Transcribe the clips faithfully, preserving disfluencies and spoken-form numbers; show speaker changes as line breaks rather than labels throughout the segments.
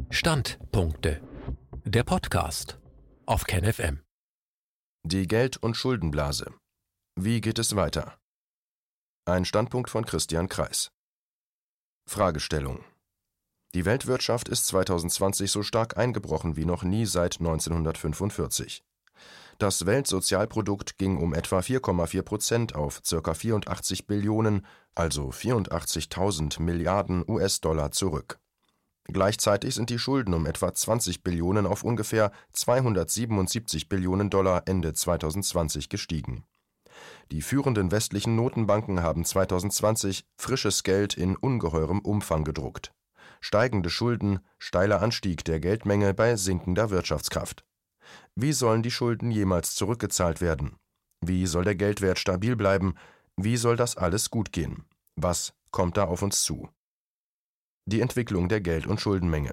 Standpunkte. Der Podcast auf KenFM.
Die Geld- und Schuldenblase. Wie geht es weiter? Ein Standpunkt von Christian Kreis. Fragestellung. Die Weltwirtschaft ist zwanzig zwanzig so stark eingebrochen wie noch nie seit neunzehnhundertfünfundvierzig. Das Weltsozialprodukt ging um etwa vier Komma vier Prozent auf ca. vierundachtzig Billionen, also vierundachtzigtausend Milliarden U S-Dollar zurück. Gleichzeitig sind die Schulden um etwa zwanzig Billionen auf ungefähr zweihundertsiebenundsiebzig Billionen Dollar Ende zwanzig zwanzig gestiegen. Die führenden westlichen Notenbanken haben zwanzig zwanzig frisches Geld in ungeheurem Umfang gedruckt. Steigende Schulden, steiler Anstieg der Geldmenge bei sinkender Wirtschaftskraft. Wie sollen die Schulden jemals zurückgezahlt werden? Wie soll der Geldwert stabil bleiben? Wie soll das alles gut gehen? Was kommt da auf uns zu? Die Entwicklung der Geld- und Schuldenmenge.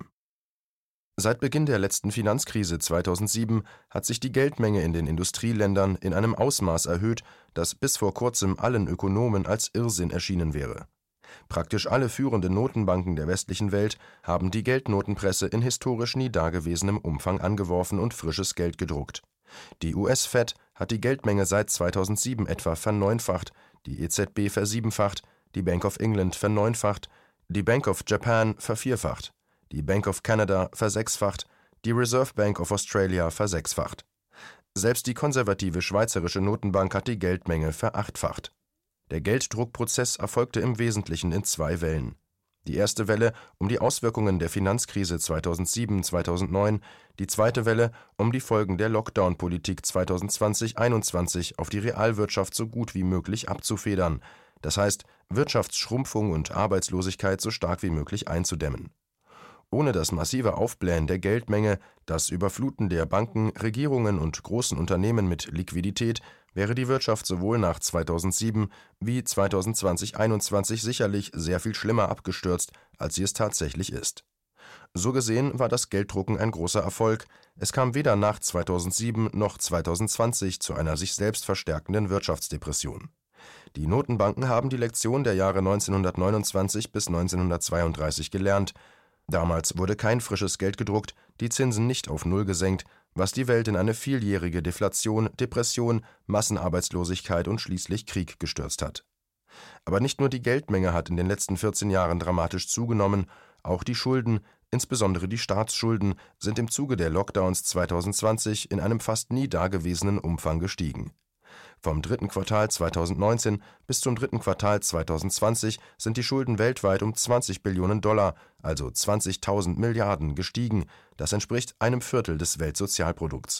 Seit Beginn der letzten Finanzkrise zweitausendsieben hat sich die Geldmenge in den Industrieländern in einem Ausmaß erhöht, das bis vor kurzem allen Ökonomen als Irrsinn erschienen wäre. Praktisch alle führenden Notenbanken der westlichen Welt haben die Geldnotenpresse in historisch nie dagewesenem Umfang angeworfen und frisches Geld gedruckt. Die U S-Fed hat die Geldmenge seit zweitausendsieben etwa verneunfacht, die E Z B versiebenfacht, die Bank of England verneunfacht, die Bank of Japan vervierfacht, die Bank of Canada versechsfacht, die Reserve Bank of Australia versechsfacht. Selbst die konservative Schweizerische Notenbank hat die Geldmenge verachtfacht. Der Gelddruckprozess erfolgte im Wesentlichen in zwei Wellen. Die erste Welle um die Auswirkungen der Finanzkrise zweitausendsieben zweitausendneun, die zweite Welle um die Folgen der Lockdown-Politik zwanzig zwanzig einundzwanzig auf die Realwirtschaft so gut wie möglich abzufedern, das heißt Wirtschaftsschrumpfung und Arbeitslosigkeit so stark wie möglich einzudämmen. Ohne das massive Aufblähen der Geldmenge, das Überfluten der Banken, Regierungen und großen Unternehmen mit Liquidität wäre die Wirtschaft sowohl nach zweitausendsieben wie zwanzig zwanzig einundzwanzig sicherlich sehr viel schlimmer abgestürzt, als sie es tatsächlich ist. So gesehen war das Gelddrucken ein großer Erfolg. Es kam weder nach zweitausendsieben noch zwanzig zwanzig zu einer sich selbst verstärkenden Wirtschaftsdepression. Die Notenbanken haben die Lektion der Jahre neunzehnhundertneunundzwanzig bis neunzehnhundertzweiunddreißig gelernt. Damals wurde kein frisches Geld gedruckt, die Zinsen nicht auf Null gesenkt, was die Welt in eine vieljährige Deflation, Depression, Massenarbeitslosigkeit und schließlich Krieg gestürzt hat. Aber nicht nur die Geldmenge hat in den letzten vierzehn Jahren dramatisch zugenommen, auch die Schulden, insbesondere die Staatsschulden, sind im Zuge der Lockdowns zwanzig zwanzig in einem fast nie dagewesenen Umfang gestiegen. Vom dritten Quartal zweitausendneunzehn bis zum dritten Quartal zwanzig zwanzig sind die Schulden weltweit um zwanzig Billionen Dollar, also zwanzigtausend Milliarden, gestiegen. Das entspricht einem Viertel des Weltsozialprodukts.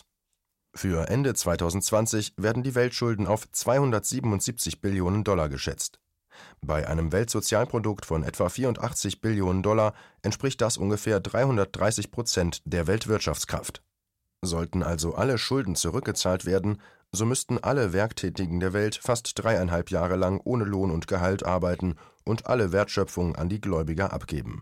Für Ende zwanzig zwanzig werden die Weltschulden auf zweihundertsiebenundsiebzig Billionen Dollar geschätzt. Bei einem Weltsozialprodukt von etwa vierundachtzig Billionen Dollar entspricht das ungefähr dreihundertdreißig Prozent der Weltwirtschaftskraft. Sollten also alle Schulden zurückgezahlt werden, so müssten alle Werktätigen der Welt fast dreieinhalb Jahre lang ohne Lohn und Gehalt arbeiten und alle Wertschöpfung an die Gläubiger abgeben.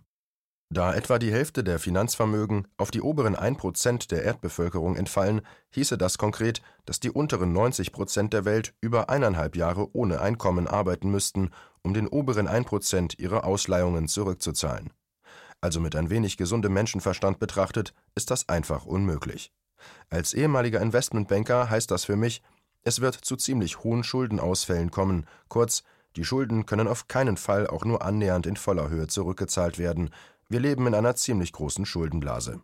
Da etwa die Hälfte der Finanzvermögen auf die oberen ein Prozent der Erdbevölkerung entfallen, hieße das konkret, dass die unteren neunzig Prozent der Welt über eineinhalb Jahre ohne Einkommen arbeiten müssten, um den oberen ein Prozent ihre Ausleihungen zurückzuzahlen. Also mit ein wenig gesundem Menschenverstand betrachtet, ist das einfach unmöglich. Als ehemaliger Investmentbanker heißt das für mich, es wird zu ziemlich hohen Schuldenausfällen kommen. Kurz, die Schulden können auf keinen Fall auch nur annähernd in voller Höhe zurückgezahlt werden. Wir leben in einer ziemlich großen Schuldenblase.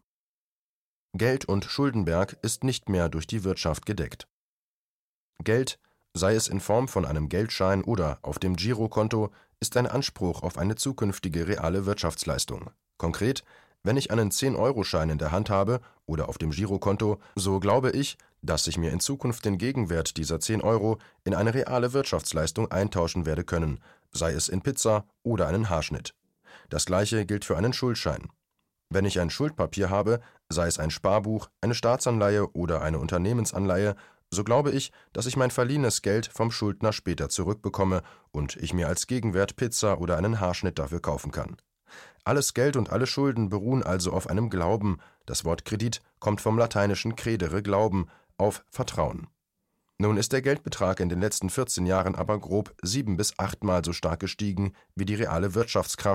Geld- und Schuldenberg ist nicht mehr durch die Wirtschaft gedeckt. Geld, sei es in Form von einem Geldschein oder auf dem Girokonto, ist ein Anspruch auf eine zukünftige reale Wirtschaftsleistung. Konkret, wenn ich einen zehn-Euro-Schein in der Hand habe oder auf dem Girokonto, so glaube ich, dass ich mir in Zukunft den Gegenwert dieser zehn Euro in eine reale Wirtschaftsleistung eintauschen werde können, sei es in Pizza oder einen Haarschnitt. Das Gleiche gilt für einen Schuldschein. Wenn ich ein Schuldpapier habe, sei es ein Sparbuch, eine Staatsanleihe oder eine Unternehmensanleihe, so glaube ich, dass ich mein verliehenes Geld vom Schuldner später zurückbekomme und ich mir als Gegenwert Pizza oder einen Haarschnitt dafür kaufen kann. Alles Geld und alle Schulden beruhen also auf einem Glauben, das Wort Kredit kommt vom lateinischen credere, Glauben, auf Vertrauen. Nun ist der Geldbetrag in den letzten vierzehn Jahren aber grob sieben- bis achtmal so stark gestiegen wie die reale Wirtschaftskraft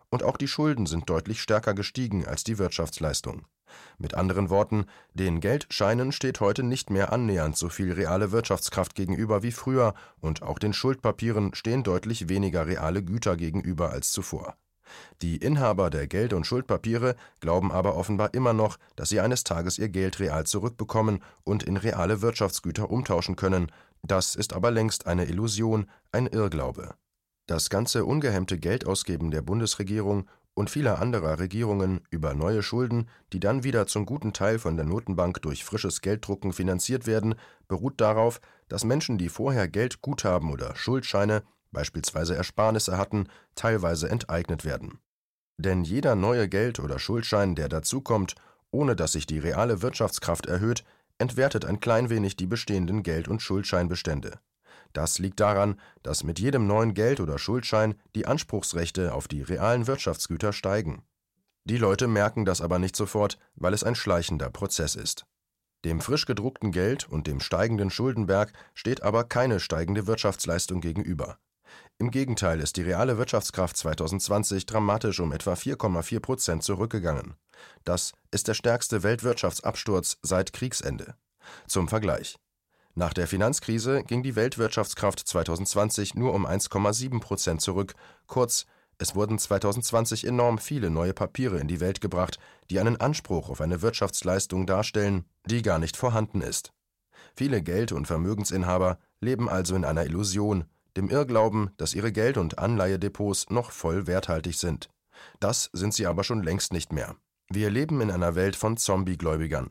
und auch die Schulden sind deutlich stärker gestiegen als die Wirtschaftsleistung. Mit anderen Worten, den Geldscheinen steht heute nicht mehr annähernd so viel reale Wirtschaftskraft gegenüber wie früher, und auch den Schuldpapieren stehen deutlich weniger reale Güter gegenüber als zuvor. Die Inhaber der Geld- und Schuldpapiere glauben aber offenbar immer noch, dass sie eines Tages ihr Geld real zurückbekommen und in reale Wirtschaftsgüter umtauschen können. Das ist aber längst eine Illusion, ein Irrglaube. Das ganze ungehemmte Geldausgeben der Bundesregierung und vieler anderer Regierungen über neue Schulden, die dann wieder zum guten Teil von der Notenbank durch frisches Gelddrucken finanziert werden, beruht darauf, dass Menschen, die vorher Geldguthaben oder Schuldscheine, beispielsweise Ersparnisse hatten, teilweise enteignet werden. Denn jeder neue Geld- oder Schuldschein, der dazukommt, ohne dass sich die reale Wirtschaftskraft erhöht, entwertet ein klein wenig die bestehenden Geld- und Schuldscheinbestände. Das liegt daran, dass mit jedem neuen Geld- oder Schuldschein die Anspruchsrechte auf die realen Wirtschaftsgüter steigen. Die Leute merken das aber nicht sofort, weil es ein schleichender Prozess ist. Dem frisch gedruckten Geld und dem steigenden Schuldenberg steht aber keine steigende Wirtschaftsleistung gegenüber. Im Gegenteil ist die reale Wirtschaftskraft zweitausendzwanzig dramatisch um etwa vier Komma vier Prozent zurückgegangen. Das ist der stärkste Weltwirtschaftsabsturz seit Kriegsende. Zum Vergleich: Nach der Finanzkrise ging die Weltwirtschaftskraft zweitausendzwanzig nur um eins Komma sieben Prozent zurück. Kurz, es wurden zweitausendzwanzig enorm viele neue Papiere in die Welt gebracht, die einen Anspruch auf eine Wirtschaftsleistung darstellen, die gar nicht vorhanden ist. Viele Geld- und Vermögensinhaber leben also in einer Illusion, dem Irrglauben, dass ihre Geld- und Anleihedepots noch voll werthaltig sind. Das sind sie aber schon längst nicht mehr. Wir leben in einer Welt von Zombie-Gläubigern.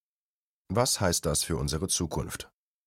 Was heißt das für unsere Zukunft?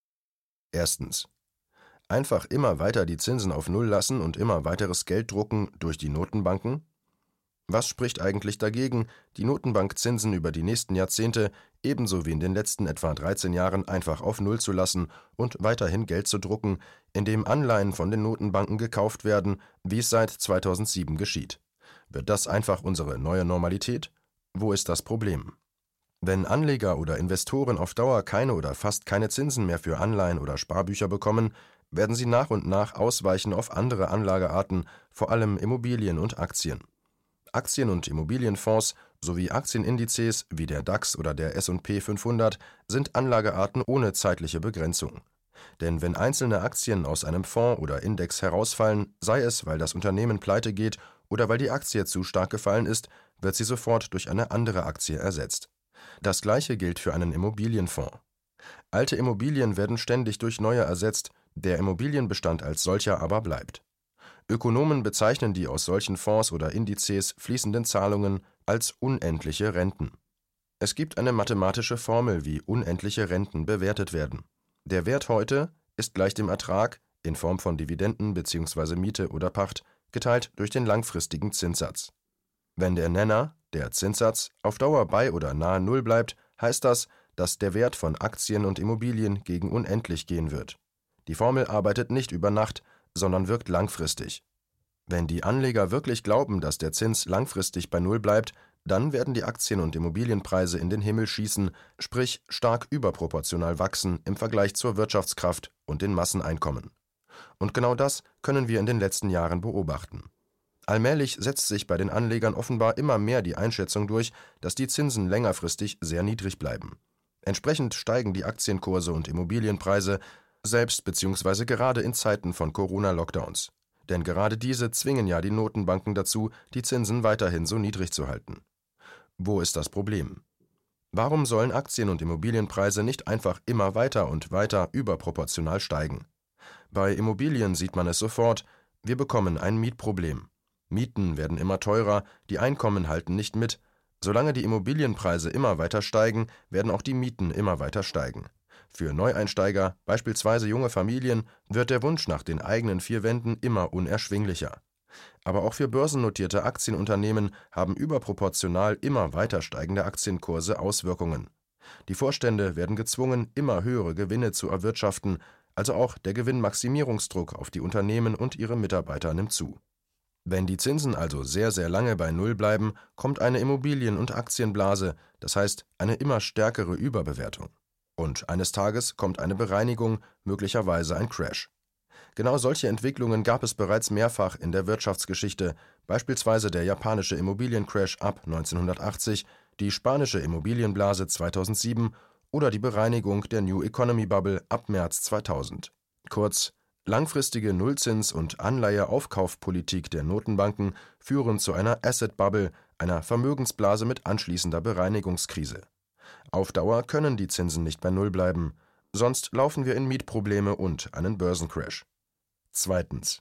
Erstens. Einfach immer weiter die Zinsen auf Null lassen und immer weiteres Geld drucken durch die Notenbanken? Was spricht eigentlich dagegen, die Notenbankzinsen über die nächsten Jahrzehnte ebenso wie in den letzten etwa dreizehn Jahren einfach auf Null zu lassen und weiterhin Geld zu drucken, indem Anleihen von den Notenbanken gekauft werden, wie es seit zweitausendsieben geschieht? Wird das einfach unsere neue Normalität? Wo ist das Problem? Wenn Anleger oder Investoren auf Dauer keine oder fast keine Zinsen mehr für Anleihen oder Sparbücher bekommen, werden sie nach und nach ausweichen auf andere Anlagearten, vor allem Immobilien und Aktien. Aktien- und Immobilienfonds sowie Aktienindizes wie der DAX oder der S und P fünfhundert sind Anlagearten ohne zeitliche Begrenzung. Denn wenn einzelne Aktien aus einem Fonds oder Index herausfallen, sei es, weil das Unternehmen pleite geht oder weil die Aktie zu stark gefallen ist, wird sie sofort durch eine andere Aktie ersetzt. Das Gleiche gilt für einen Immobilienfonds. Alte Immobilien werden ständig durch neue ersetzt, der Immobilienbestand als solcher aber bleibt. Ökonomen bezeichnen die aus solchen Fonds oder Indizes fließenden Zahlungen als unendliche Renten. Es gibt eine mathematische Formel, wie unendliche Renten bewertet werden. Der Wert heute ist gleich dem Ertrag in Form von Dividenden bzw. Miete oder Pacht geteilt durch den langfristigen Zinssatz. Wenn der Nenner, der Zinssatz, auf Dauer bei oder nahe Null bleibt, heißt das, dass der Wert von Aktien und Immobilien gegen unendlich gehen wird. Die Formel arbeitet nicht über Nacht, sondern wirkt langfristig. Wenn die Anleger wirklich glauben, dass der Zins langfristig bei Null bleibt, dann werden die Aktien- und Immobilienpreise in den Himmel schießen, sprich stark überproportional wachsen im Vergleich zur Wirtschaftskraft und den Masseneinkommen. Und genau das können wir in den letzten Jahren beobachten. Allmählich setzt sich bei den Anlegern offenbar immer mehr die Einschätzung durch, dass die Zinsen längerfristig sehr niedrig bleiben. Entsprechend steigen die Aktienkurse und Immobilienpreise, selbst bzw. gerade in Zeiten von Corona-Lockdowns. Denn gerade diese zwingen ja die Notenbanken dazu, die Zinsen weiterhin so niedrig zu halten. Wo ist das Problem? Warum sollen Aktien- und Immobilienpreise nicht einfach immer weiter und weiter überproportional steigen? Bei Immobilien sieht man es sofort, wir bekommen ein Mietproblem. Mieten werden immer teurer, die Einkommen halten nicht mit. Solange die Immobilienpreise immer weiter steigen, werden auch die Mieten immer weiter steigen. Für Neueinsteiger, beispielsweise junge Familien, wird der Wunsch nach den eigenen vier Wänden immer unerschwinglicher. Aber auch für börsennotierte Aktienunternehmen haben überproportional immer weiter steigende Aktienkurse Auswirkungen. Die Vorstände werden gezwungen, immer höhere Gewinne zu erwirtschaften, also auch der Gewinnmaximierungsdruck auf die Unternehmen und ihre Mitarbeiter nimmt zu. Wenn die Zinsen also sehr, sehr lange bei Null bleiben, kommt eine Immobilien- und Aktienblase, das heißt eine immer stärkere Überbewertung. Und eines Tages kommt eine Bereinigung, möglicherweise ein Crash. Genau solche Entwicklungen gab es bereits mehrfach in der Wirtschaftsgeschichte, beispielsweise der japanische Immobiliencrash ab neunzehnhundertachtzig, die spanische Immobilienblase zweitausendsieben oder die Bereinigung der New Economy Bubble ab März zweitausend. Kurz, langfristige Nullzins- und Anleiheaufkaufpolitik der Notenbanken führen zu einer Asset Bubble, einer Vermögensblase mit anschließender Bereinigungskrise. Auf Dauer können die Zinsen nicht bei Null bleiben, sonst laufen wir in Mietprobleme und einen Börsencrash. Zweitens.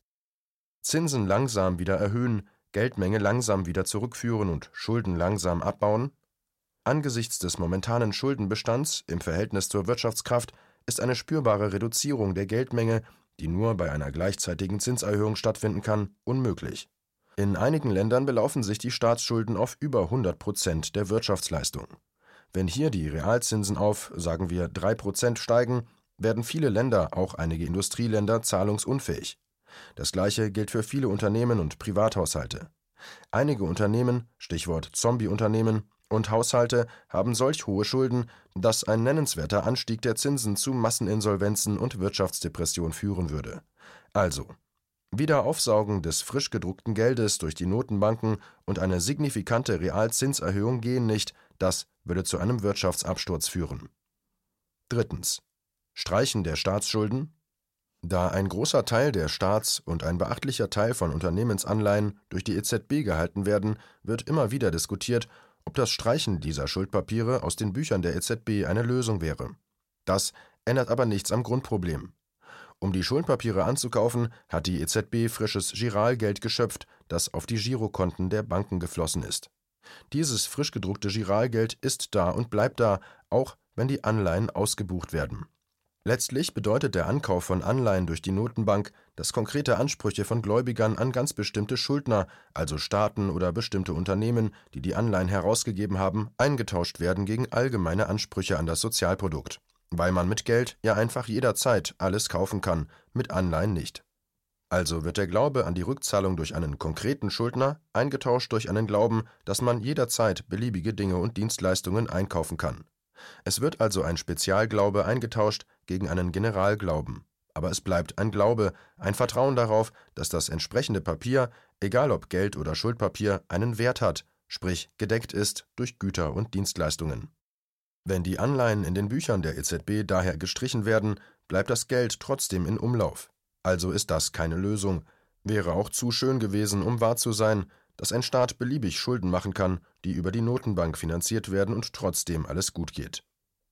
Zinsen langsam wieder erhöhen, Geldmenge langsam wieder zurückführen und Schulden langsam abbauen? Angesichts des momentanen Schuldenbestands im Verhältnis zur Wirtschaftskraft ist eine spürbare Reduzierung der Geldmenge, die nur bei einer gleichzeitigen Zinserhöhung stattfinden kann, unmöglich. In einigen Ländern belaufen sich die Staatsschulden auf über hundert Prozent der Wirtschaftsleistung. Wenn hier die Realzinsen auf, sagen wir, drei Prozent steigen, werden viele Länder, auch einige Industrieländer, zahlungsunfähig. Das Gleiche gilt für viele Unternehmen und Privathaushalte. Einige Unternehmen, Stichwort Zombie-Unternehmen, und Haushalte haben solch hohe Schulden, dass ein nennenswerter Anstieg der Zinsen zu Masseninsolvenzen und Wirtschaftsdepression führen würde. Also, Wiederaufsaugen des frisch gedruckten Geldes durch die Notenbanken und eine signifikante Realzinserhöhung gehen nicht, das würde zu einem Wirtschaftsabsturz führen. Drittens. Streichen der Staatsschulden? Da ein großer Teil der Staats- und ein beachtlicher Teil von Unternehmensanleihen durch die E Z B gehalten werden, wird immer wieder diskutiert, ob das Streichen dieser Schuldpapiere aus den Büchern der E Z B eine Lösung wäre. Das ändert aber nichts am Grundproblem. Um die Schuldpapiere anzukaufen, hat die E Z B frisches Giralgeld geschöpft, das auf die Girokonten der Banken geflossen ist. Dieses frisch gedruckte Giralgeld ist da und bleibt da, auch wenn die Anleihen ausgebucht werden. Letztlich bedeutet der Ankauf von Anleihen durch die Notenbank, dass konkrete Ansprüche von Gläubigern an ganz bestimmte Schuldner, also Staaten oder bestimmte Unternehmen, die die Anleihen herausgegeben haben, eingetauscht werden gegen allgemeine Ansprüche an das Sozialprodukt, weil man mit Geld ja einfach jederzeit alles kaufen kann, mit Anleihen nicht. Also wird der Glaube an die Rückzahlung durch einen konkreten Schuldner eingetauscht durch einen Glauben, dass man jederzeit beliebige Dinge und Dienstleistungen einkaufen kann. Es wird also ein Spezialglaube eingetauscht gegen einen Generalglauben. Aber es bleibt ein Glaube, ein Vertrauen darauf, dass das entsprechende Papier, egal ob Geld oder Schuldpapier, einen Wert hat, sprich gedeckt ist durch Güter und Dienstleistungen. Wenn die Anleihen in den Büchern der E Z B daher gestrichen werden, bleibt das Geld trotzdem in Umlauf. Also ist das keine Lösung. Wäre auch zu schön gewesen, um wahr zu sein, dass ein Staat beliebig Schulden machen kann, die über die Notenbank finanziert werden und trotzdem alles gut geht.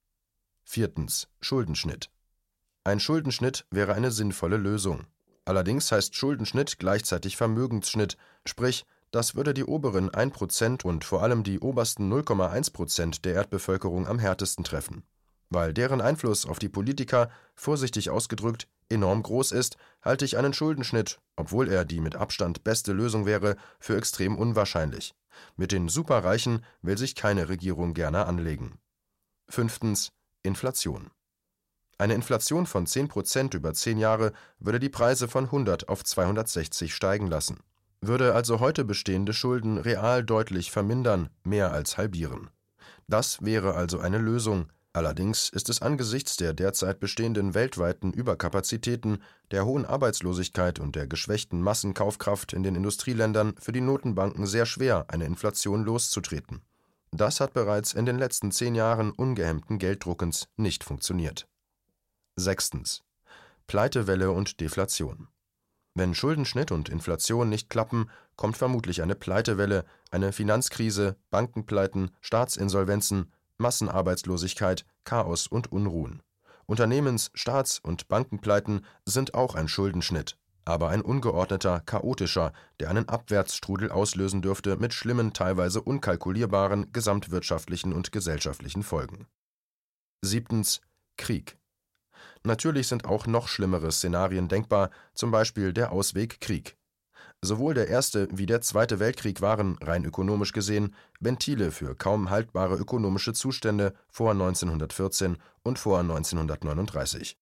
Viertens. Schuldenschnitt. Ein Schuldenschnitt wäre eine sinnvolle Lösung. Allerdings heißt Schuldenschnitt gleichzeitig Vermögensschnitt, sprich, das würde die oberen ein Prozent und vor allem die obersten null Komma eins Prozent der Erdbevölkerung am härtesten treffen. Weil deren Einfluss auf die Politiker, vorsichtig ausgedrückt, enorm groß ist, halte ich einen Schuldenschnitt, obwohl er die mit Abstand beste Lösung wäre, für extrem unwahrscheinlich. Mit den Superreichen will sich keine Regierung gerne anlegen. Fünftens. Inflation. Eine Inflation von zehn Prozent über zehn Jahre würde die Preise von hundert auf zweihundertsechzig steigen lassen, würde also heute bestehende Schulden real deutlich vermindern, mehr als halbieren. Das wäre also eine Lösung. Allerdings ist es angesichts der derzeit bestehenden weltweiten Überkapazitäten, der hohen Arbeitslosigkeit und der geschwächten Massenkaufkraft in den Industrieländern für die Notenbanken sehr schwer, eine Inflation loszutreten. Das hat bereits in den letzten zehn Jahren ungehemmten Gelddruckens nicht funktioniert. Sechstens. Pleitewelle und Deflation. Wenn Schuldenschnitt und Inflation nicht klappen, kommt vermutlich eine Pleitewelle, eine Finanzkrise, Bankenpleiten, Staatsinsolvenzen, Massenarbeitslosigkeit, Chaos und Unruhen. Unternehmens-, Staats- und Bankenpleiten sind auch ein Schuldenschnitt, aber ein ungeordneter, chaotischer, der einen Abwärtsstrudel auslösen dürfte mit schlimmen, teilweise unkalkulierbaren gesamtwirtschaftlichen und gesellschaftlichen Folgen. Siebtens. Krieg. Natürlich sind auch noch schlimmere Szenarien denkbar, zum Beispiel der Ausweg Krieg. Sowohl der Erste wie der Zweite Weltkrieg waren, rein ökonomisch gesehen, Ventile für kaum haltbare ökonomische Zustände vor neunzehnhundertvierzehn und vor neunzehnhundertneununddreißig.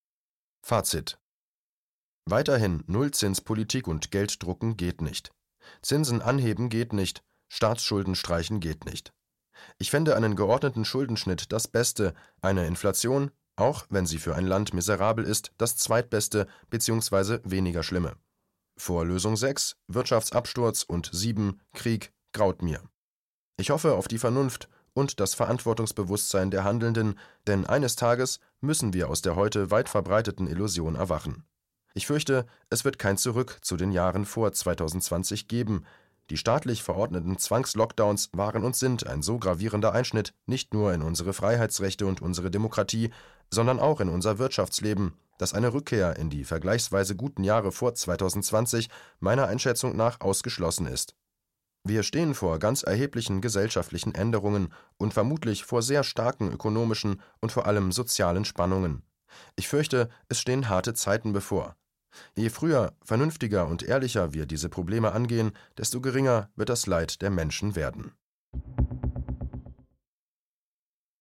Fazit: Weiterhin Nullzinspolitik und Gelddrucken geht nicht. Zinsen anheben geht nicht, Staatsschulden streichen geht nicht. Ich fände einen geordneten Schuldenschnitt das Beste, eine Inflation, auch wenn sie für ein Land miserabel ist, das Zweitbeste bzw. weniger schlimme. Vor Lösung sechs, Wirtschaftsabsturz, und sieben, Krieg, graut mir. Ich hoffe auf die Vernunft und das Verantwortungsbewusstsein der Handelnden, denn eines Tages müssen wir aus der heute weit verbreiteten Illusion erwachen. Ich fürchte, es wird kein Zurück zu den Jahren vor zweitausendzwanzig geben. Die staatlich verordneten Zwangslockdowns waren und sind ein so gravierender Einschnitt nicht nur in unsere Freiheitsrechte und unsere Demokratie, sondern auch in unser Wirtschaftsleben, dass eine Rückkehr in die vergleichsweise guten Jahre vor zweitausendzwanzig meiner Einschätzung nach ausgeschlossen ist. Wir stehen vor ganz erheblichen gesellschaftlichen Änderungen und vermutlich vor sehr starken ökonomischen und vor allem sozialen Spannungen. Ich fürchte, es stehen harte Zeiten bevor. Je früher, vernünftiger und ehrlicher wir diese Probleme angehen, desto geringer wird das Leid der Menschen werden.